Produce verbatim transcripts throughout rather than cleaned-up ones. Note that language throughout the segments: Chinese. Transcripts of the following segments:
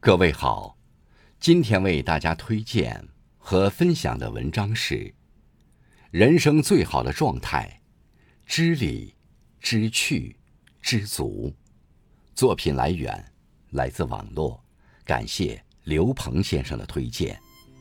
各位好，今天为大家推荐和分享的文章是人生最好的状态，知礼、知趣、知足。作品来源来自网络，感谢刘鹏先生的推荐。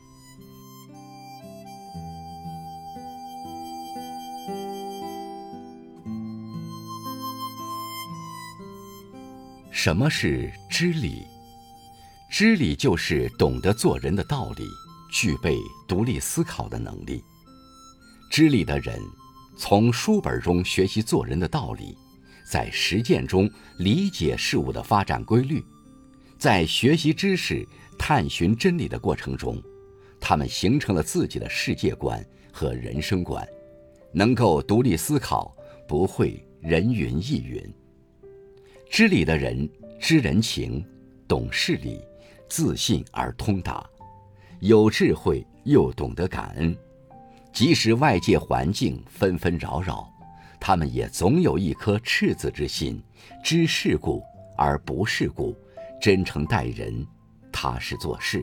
什么是知礼？知礼就是懂得做人的道理，具备独立思考的能力。知礼的人从书本中学习做人的道理，在实践中理解事物的发展规律，在学习知识、探寻真理的过程中，他们形成了自己的世界观和人生观，能够独立思考，不会人云亦云。知礼的人知人情，懂事理，自信而通达，有智慧又懂得感恩。即使外界环境纷纷扰扰，他们也总有一颗赤子之心，知世故而不世故，真诚待人，踏实做事。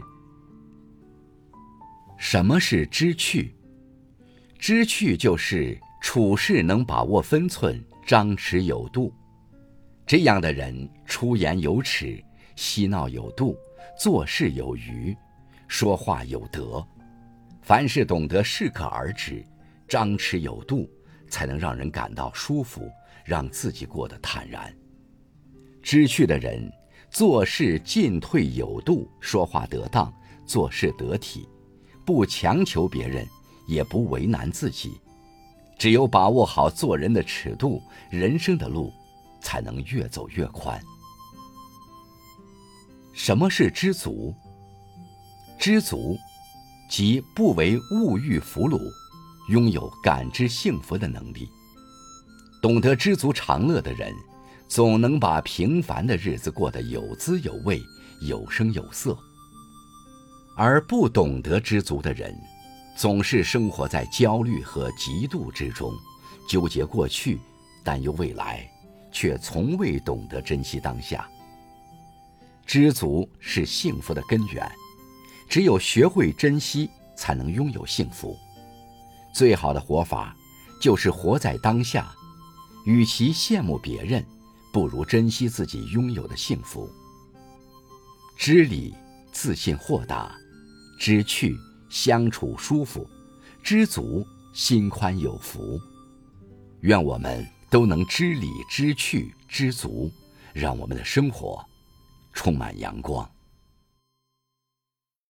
什么是知趣？知趣就是处事能把握分寸，张弛有度。这样的人出言有尺，嬉闹有度，做事有余，说话有德。凡事懂得适可而止，张弛有度，才能让人感到舒服，让自己过得坦然。知趣的人做事进退有度，说话得当，做事得体，不强求别人，也不为难自己。只有把握好做人的尺度，人生的路才能越走越宽。什么是知足？知足即不为物欲俘虏，拥有感知幸福的能力。懂得知足常乐的人，总能把平凡的日子过得有滋有味，有声有色。而不懂得知足的人，总是生活在焦虑和嫉妒之中，纠结过去，担忧未来，却从未懂得珍惜当下。知足是幸福的根源，只有学会珍惜，才能拥有幸福。最好的活法就是活在当下，与其羡慕别人，不如珍惜自己拥有的幸福。知礼，自信豁达；知趣，相处舒服；知足，心宽有福。愿我们都能知礼、知趣、知足，让我们的生活充满阳光。